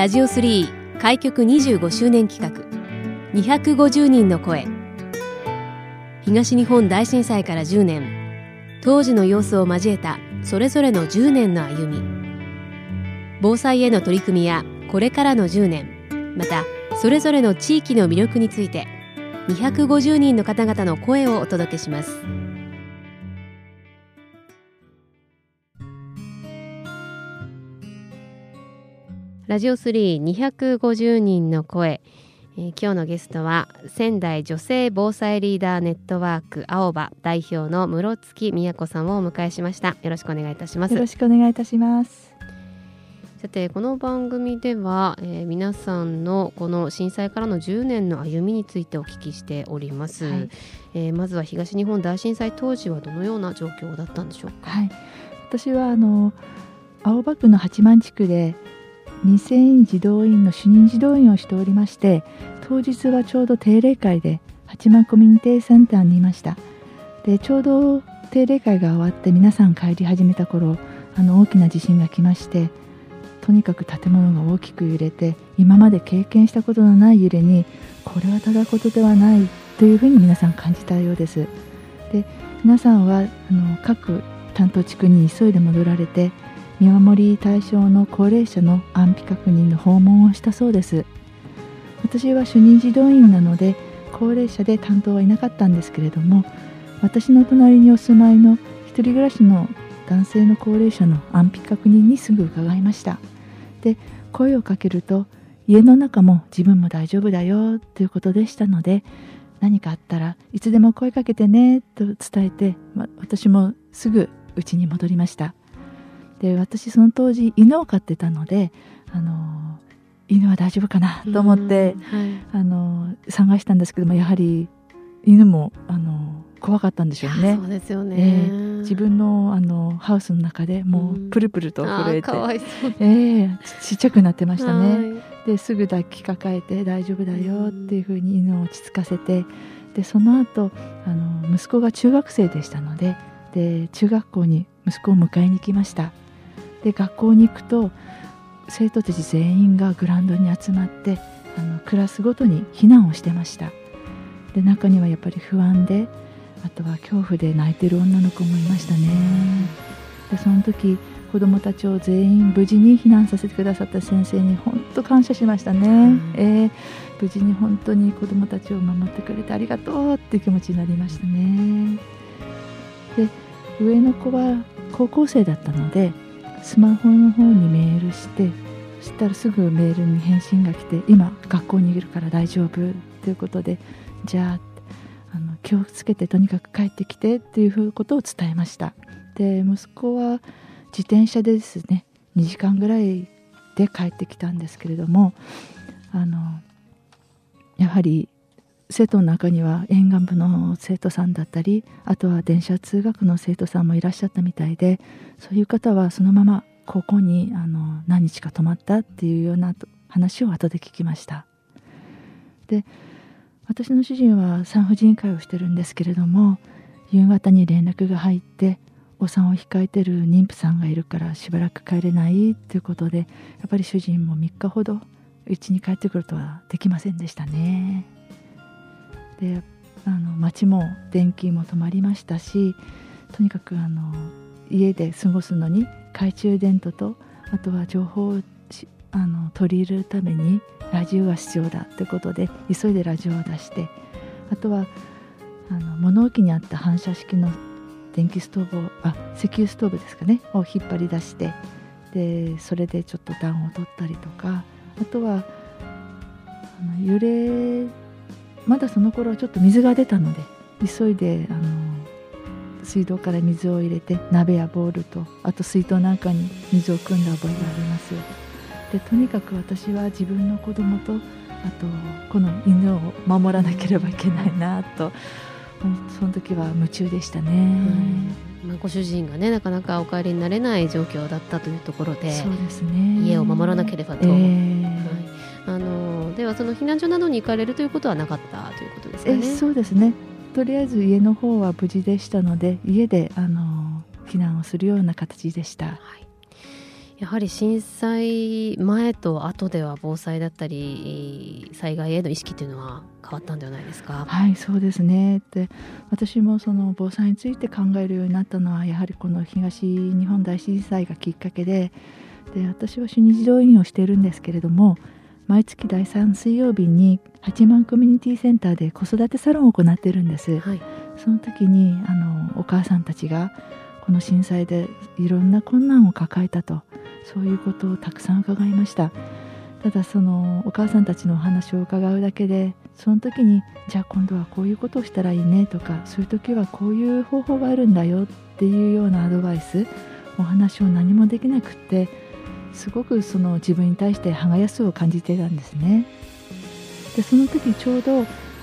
ラジオ3開局25周年企画250人の声。東日本大震災から10年、当時の様子を交えたそれぞれの10年の歩み、防災への取り組みやこれからの10年、またそれぞれの地域の魅力について250人の方々の声をお届けします。ラジオ3250人の声、今日のゲストは仙台女性防災リーダーネットワーク青葉代表の室月都さんをお迎えしました。よろしくお願いいたします。 よろしくお願いいたします。 さて、この番組では、皆さんのこの震災からの10年の歩みについてお聞きしております、はい。まずは東日本大震災当時はどのような状況だったんでしょうか。 はい、私は青葉区の八幡地区で2000児童員の主任児童員をしておりまして、当日はちょうど定例会で八幡コミュニティセンターにいました。で、ちょうど定例会が終わって皆さん帰り始めた頃、大きな地震が来まして、とにかく建物が大きく揺れて、今まで経験したことのない揺れに、これはただことではないというふうに皆さん感じたようです。で、皆さんは各担当地区に急いで戻られて、見守り対象の高齢者の安否確認の訪問をしたそうです。私は主任児童員なので高齢者で担当はいなかったんですけれども、私の隣にお住まいの一人暮らしの男性の高齢者の安否確認にすぐ伺いました。で、声をかけると、家の中も自分も大丈夫だよということでしたので、何かあったらいつでも声かけてねと伝えて、私もすぐ家に戻りました。で、私その当時犬を飼ってたので、犬は大丈夫かなと思って、探したんですけども、やはり犬も怖かったんでしょうね。 そうですよね。 自分のハウスの中でもうプルプルと震えて、 かわいそう。 ちっちゃくなってましたね。ですぐ抱きかかえて大丈夫だよっていうふうに犬を落ち着かせて、でその後息子が中学生でしたので、中学校に息子を迎えに来ました。で、学校に行くと生徒たち全員がグラウンドに集まって、クラスごとに避難をしてました。で、中にはやっぱり不安で、あとは恐怖で泣いてる女の子もいましたね。で、その時子どもたちを全員無事に避難させてくださった先生に本当感謝しましたね。無事に本当に子どもたちを守ってくれてありがとうっていう気持ちになりましたね。で、上の子は高校生だったので、スマホの方にメールして、そしたらすぐメールに返信が来て、今学校にいるから大丈夫ということで、じゃあ気をつけてとにかく帰ってきてっていうことを伝えました。で、息子は自転車でですね、2時間ぐらいで帰ってきたんですけれども、やはり生徒の中には沿岸部の生徒さんだったり、あとは電車通学の生徒さんもいらっしゃったみたいで、そういう方はそのまま高校に何日か泊まったっていうような話を後で聞きました。で、私の主人は産婦人科医をしてるんですけれども、夕方に連絡が入って、お産を控えてる妊婦さんがいるからしばらく帰れないということで、やっぱり主人も3日ほど家に帰ってくるとはできませんでしたね。で、街も電気も止まりましたし、とにかく家で過ごすのに懐中電灯と、あとは情報を取り入れるためにラジオが必要だということで、急いでラジオを出して、あとは物置にあった反射式の電気ストーブを石油ストーブですかねを引っ張り出して、でそれでちょっと暖を取ったりとか、あとは揺れまだその頃はちょっと水が出たので、急いで水道から水を入れて、鍋やボウルと、あと水筒なんかに水を汲んだ覚えがあります。で、とにかく私は自分の子供と、あとこの犬を守らなければいけないなと、その時は夢中でしたね。 ご主人がね、なかなかお帰りになれない状況だったというところで、 そうですね、 家を守らなければと、ではその避難所などに行かれるということはなかったということですかね。 そうですね、とりあえず家の方は無事でしたので、家で避難をするような形でした。 やはり震災前と後では防災だったり災害への意識というのは変わったんではないですか？ はい、そうですね。で、私もその防災について考えるようになったのはやはりこの東日本大震災がきっかけで、私は主日動員をしているんですけれども、毎月第3水曜日に八幡コミュニティセンターで子育てサロンを行っているんです、 はい、 その時にお母さんたちがこの震災でいろんな困難を抱えたと、そういうことをたくさん伺いました。ただそのお母さんたちのお話を伺うだけで、その時にじゃあ今度はこういうことをしたらいいねとか、そういう時はこういう方法があるんだよっていうようなアドバイス、お話を何もできなくって、すごくその自分に対して歯がゆさを感じていたんですね。でその時ちょうど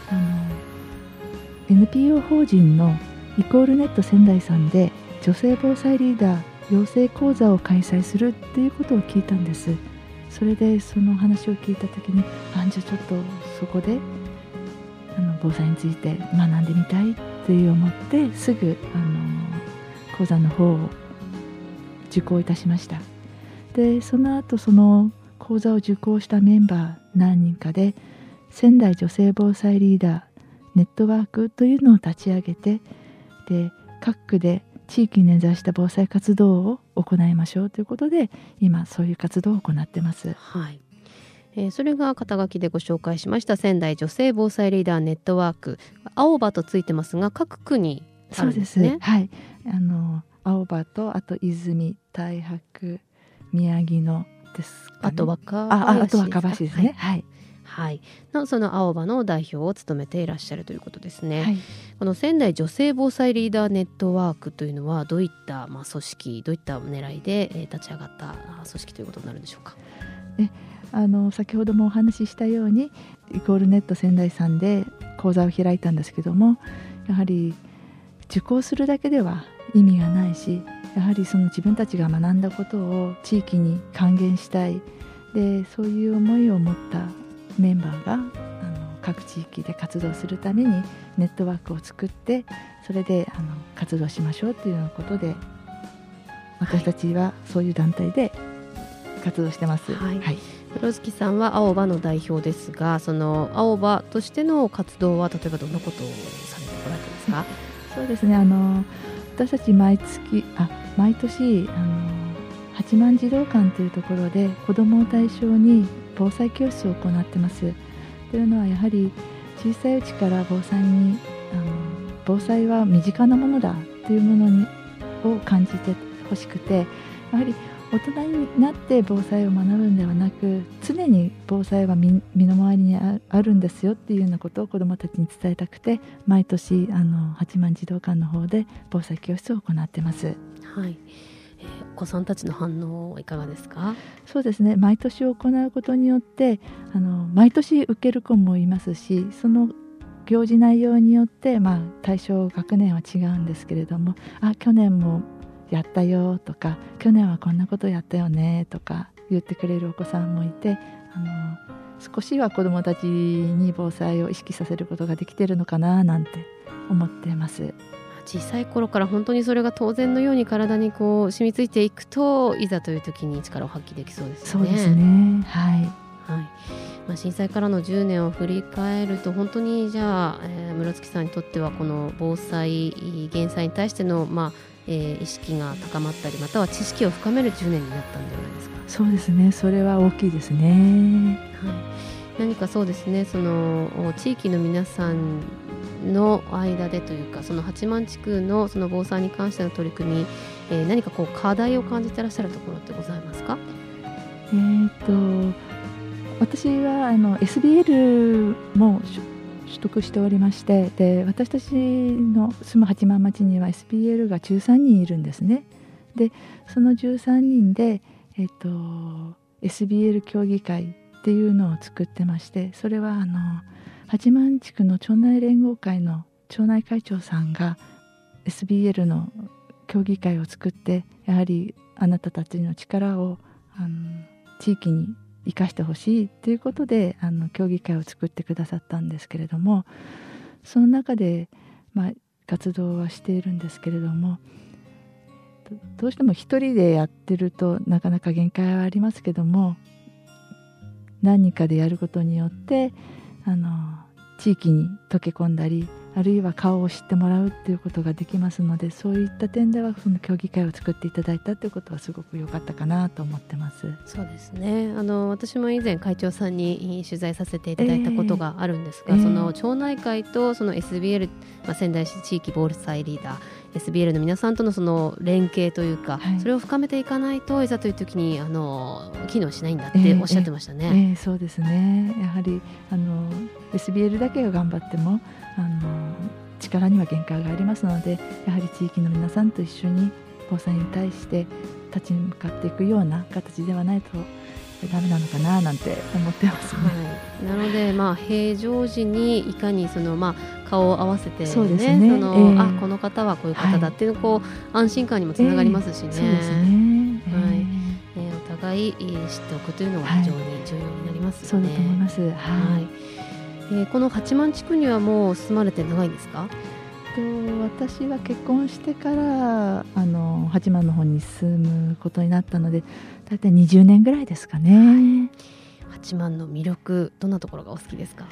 NPO 法人のイコールネット仙台さんで女性防災リーダー養成講座を開催するっていうことを聞いたんです。それでその話を聞いた時に、じゃあちょっとそこで防災について学んでみたいって思って、すぐ講座の方を受講いたしました。でその後その講座を受講したメンバー何人かで仙台女性防災リーダーネットワークというのを立ち上げて、で各区で地域に根ざした防災活動を行いましょうということで、今そういう活動を行ってます。 はい、それが肩書きでご紹介しました仙台女性防災リーダーネットワーク、青葉とついてますが各区にあるんですね。 そうです。はい、青葉とあと泉、太白、宮城野ですかね。 あと若林ですね。はい、 はい、その青葉の代表を務めていらっしゃるということですね。 はい、 この仙台女性防災リーダーネットワークというのはどういった、組織、どういった狙いで、立ち上がった組織ということになるんでしょうか？ 先ほどもお話ししたようにイコールネット仙台さんで講座を開いたんですけども、やはり受講するだけでは意味がないし、やはりその自分たちが学んだことを地域に還元したい、でそういう思いを持ったメンバーが各地域で活動するためにネットワークを作って、それで活動しましょうというようなことで、私たちはそういう団体で活動してます。 はいはい、室月さんは青葉の代表ですが、その青葉としての活動は例えばどんなことをされてこられてますか？ そうですね、私たち毎年八幡児童館というところで子どもを対象に防災教室を行ってます。というのはやはり小さいうちから防災は身近なものだというものを感じてほしくて、やはり大人になって防災を学ぶんではなく、常に防災は身の回りにあるんですよっていうようなことを子どもたちに伝えたくて、毎年八幡児童館の方で防災教室を行ってます。 はい、お子さんたちの反応はいかがですか？ そうですね、毎年行うことによって毎年受ける子もいますし、その行事内容によって、対象学年は違うんですけれども、去年もやったよとか、去年はこんなことやったよねとか言ってくれるお子さんもいて、少しは子どもたちに防災を意識させることができているのかななんて思ってます。 小さい頃から本当にそれが当然のように体にこう染みついていくと、いざという時に力を発揮できそうですね。 そうですね。はい。 はい、震災からの10年を振り返ると、本当にじゃあ、室月さんにとってはこの防災減災に対しての、意識が高まったり、または知識を深める10年になったんではないですか？ そうですね、それは大きいですね。 はい、何かそうですね、その地域の皆さんの間でというか、その八幡地区のその防災に関しての取り組み、何かこう課題を感じていらっしゃるところってございますか？ 私はSBL も取得しておりまして、で私たちの住む八幡町には SBL が13人いるんですね。でその13人で、SBL 協議会っていうのを作ってまして、それは八幡地区の町内連合会の町内会長さんが SBL の協議会を作って、やはりあなたたちの力を地域に生かしてほしいということで協議会を作ってくださったんですけれども、その中で、活動はしているんですけれども、 どうしても一人でやってるとなかなか限界はありますけども、何人かでやることによって地域に溶け込んだり、あるいは顔を知ってもらうっていうことができますので、そういった点ではその協議会を作っていただいたということはすごく良かったかなと思ってます。 そうですね。私も以前会長さんに取材させていただいたことがあるんですが、その町内会とその SBL、仙台市地域防災リーダー SBL の皆さんとのその連携というか、それを深めていかないといざという時に機能しないんだっておっしゃってましたね。 そうですね。やはりSBL だけが頑張っても力には限界がありますので、やはり地域の皆さんと一緒に防災に対して立ち向かっていくような形ではないとダメなのかななんて思ってますね。 なので、平常時にいかに顔を合わせて、 そうですね、 この方はこういう方だっていうの安心感にもつながりますしね。 そうですね、 お互い知っておくというのが非常に重要になりますよね。 そうだと思います。 この八幡地区にはもう住まれて長いんですか？ 私は結婚してから八幡の方に住むことになったので、だいたい20年ぐらいですかね。 八幡の魅力、どんなところがお好きですか？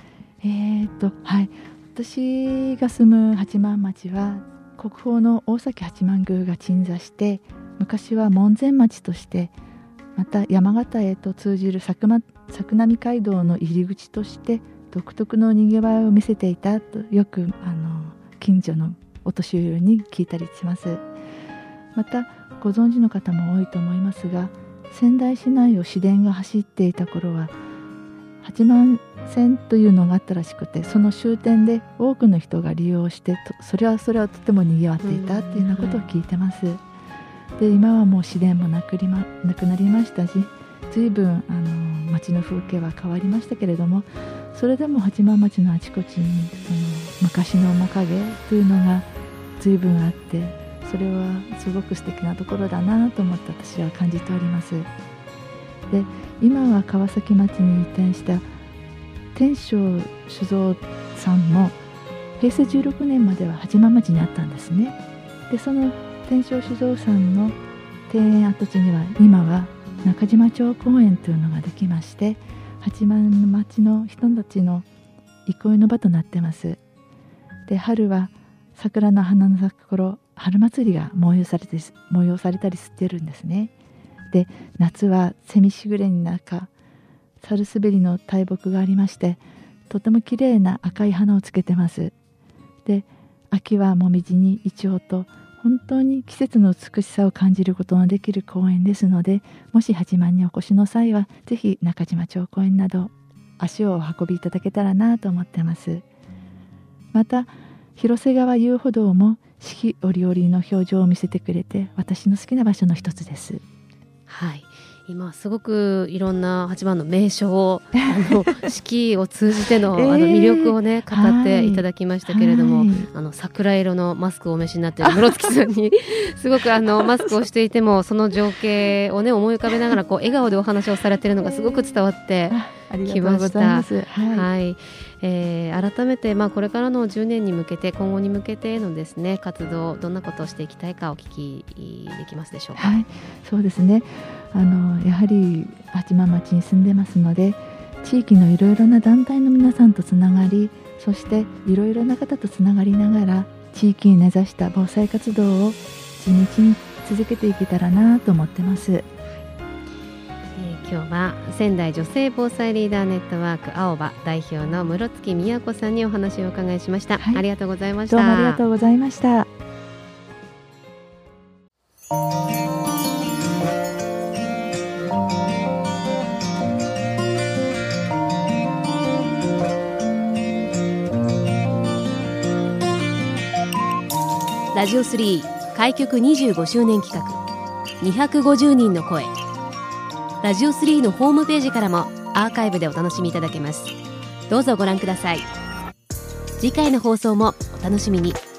私が住む八幡町は国宝の大崎八幡宮が鎮座して、昔は門前町として、また山形へと通じる作並街道の入り口として独特のにぎわいを見せていたと、よく近所のお年寄りに聞いたりします。またご存知の方も多いと思いますが、仙台市内を市電が走っていた頃は八幡線というのがあったらしくて、その終点で多くの人が利用して、それはとてもにぎわっていたっていうようなことを聞いてます。で、今はもう市電もなくなりましたし、随分町の風景は変わりましたけれども、それでも八幡町のあちこちにその昔の面影というのが随分あって、それはすごく素敵なところだなと思って私は感じております。で、今は川崎町に移転した天正酒造さんも平成16年までは八幡町にあったんですね。で、その天正酒造さんの庭園跡地には今は中島町公園というのができまして、八幡町の人たちの憩いの場となってます。で、春は桜の花の咲く頃、春祭りが催されたりしてるんですね。で、夏はセミしぐれに中サルスベリの大木がありまして、とても綺麗な赤い花をつけてます。で、秋はもみじにイチョウと、本当に季節の美しさを感じることのできる公園ですので、もし八幡にお越しの際はぜひ中島町公園など足をお運びいただけたらなと思ってます。また広瀬川遊歩道も四季折々の表情を見せてくれて、私の好きな場所の一つです。 今すごくいろんな八幡の名所を四季を通じての、魅力をね語っていただきましたけれども、桜色のマスクをお召しになっている室月さんにすごくマスクをしていてもその情景をね思い浮かべながら笑顔でお話をされているのがすごく伝わってきました。改めて、これからの10年に向けて、今後に向けてのですね活動、どんなことをしていきたいかお聞きできますでしょうか？ そうですね、やはり八幡町に住んでますので、地域のいろいろな団体の皆さんとつながり、そしていろいろな方とつながりながら地域に根ざした防災活動を地道に続けていけたらなと思ってます。 今日は仙台女性防災リーダーネットワーク青葉代表の室月美也子さんにお話をお伺いしました。ありがとうございました。 どうもありがとうございました。 ラジオ3開局25周年企画250人の声。ラジオ3のホームページからもアーカイブでお楽しみいただけます。どうぞご覧ください。次回の放送もお楽しみに。